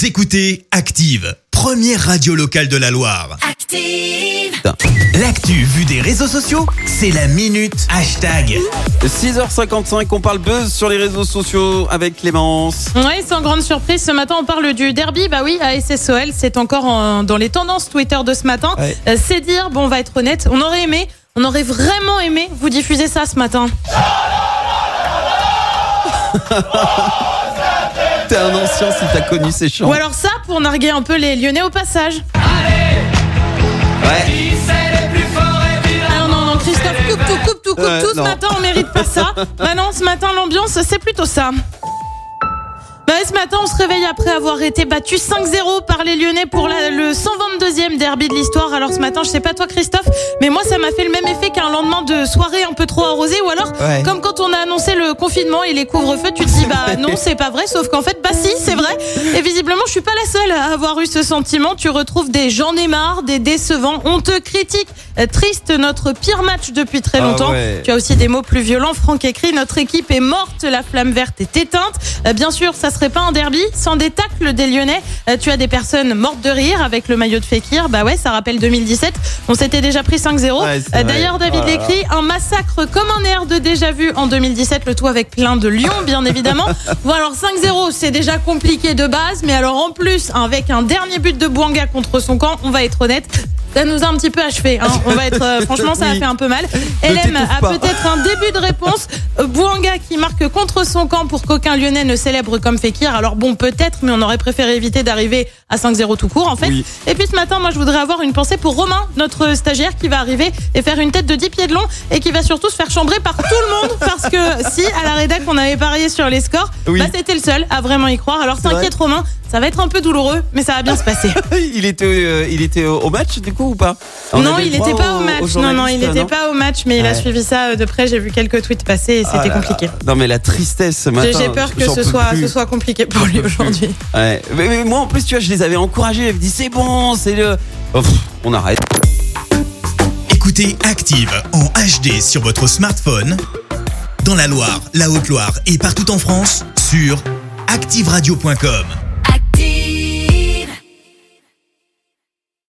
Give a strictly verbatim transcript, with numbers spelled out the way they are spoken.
Vous écoutez Active, première radio locale de la Loire. Active. L'actu vue des réseaux sociaux, c'est la minute hashtag. six heures cinquante-cinq, on parle buzz sur les réseaux sociaux avec Clémence. Oui, sans grande surprise, ce matin on parle du derby. Bah oui, à S S O L, c'est encore en- dans les tendances Twitter de ce matin. Ouais. Euh, c'est dire, bon, on va être honnête, on aurait aimé, on aurait vraiment aimé vous diffuser ça ce matin. T'es un ancien si t'as connu ces chants. Ou alors ça, pour narguer un peu les Lyonnais au passage. Ouais. Ah non, non, non, Christophe, coupe tout, coupe tout, coupe Ouais, tout. Ce non. matin, on mérite pas ça. Bah non, ce matin, l'ambiance, c'est plutôt ça. Bah, ce matin, on se réveille après avoir été battu cinq zéro par les Lyonnais pour la- le cent vingt-deuxième derby de l'histoire. Alors ce matin, je sais pas toi Christophe, mais moi ça m'a fait le même effet qu'un lendemain de soirée un peu trop arrosée. Ou alors, Ouais. comme quand on a annoncé le confinement et les couvre-feux, tu te dis bah non, c'est pas vrai, sauf qu'en fait, bah si, c'est vrai. Et visiblement, je suis pas la seule à avoir eu ce sentiment. Tu retrouves des j'en ai marre, des décevants, honteux, critiques, euh, triste, notre pire match depuis très Ah longtemps. ouais. Tu as aussi des mots plus violents. Franck écrit, notre équipe est morte, la flamme verte est éteinte. Euh, bien sûr, ça serait pas un derby sans des tacles des Lyonnais. Euh, tu as des personnes mortes de rire avec le maillot de Fekir. Bah ouais, ça rappelle deux mille dix-sept. On s'était déjà pris cinq zéro. Ouais, c'est Euh, vrai. D'ailleurs, David Oh là là. l'écrit, un massacre comme un air de déjà vu en deux mille dix-sept, le tout avec plein de lions, bien évidemment. Bon, alors cinq zéro, c'est déjà compliqué de base, mais alors en plus, avec un dernier but de Bouanga contre son camp, on va être honnête, ça nous a un petit peu achevé. Hein. On va être, euh, franchement, ça a Oui. fait un peu mal. Ne L M t'étouffe a pas. peut-être un début de réponse. Euh, Bouanga qui marque contre son camp pour qu'aucun Lyonnais ne célèbre comme Fekir. Alors bon, peut-être, mais on aurait préféré éviter d'arriver à cinq zéro tout court, en fait. Oui. Et puis ce matin, moi, je voudrais avoir une pensée pour Romain, notre stagiaire qui va arriver et faire une tête de dix pieds de long et qui va surtout se faire chambrer par tout le monde parce que si, à la rédac, on avait parié sur les scores, Oui. bah, c'était le seul à vraiment y croire. Alors C'est t'inquiète, Romain, ça va être un peu douloureux, mais ça va bien se passer. Il était, euh, il était au match du coup ou pas? On Non, avait il le droit n'était pas aux- au match. aux Non, non, il journalistes, n'était pas au match, mais il a Ouais. suivi ça euh, de près. J'ai vu quelques tweets passer et Ah c'était là compliqué. là. Non mais la tristesse ce matin. J'ai j'ai peur que j'en ce peux soit, plus. ce soit compliqué pour lui aujourd'hui. Ouais. Mais, mais moi en plus tu vois je les avais encouragés, j'avais dit c'est bon, c'est le. Oh, pff, on arrête. Écoutez Active en H D sur votre smartphone, dans la Loire, la Haute-Loire et partout en France, sur active radio point com.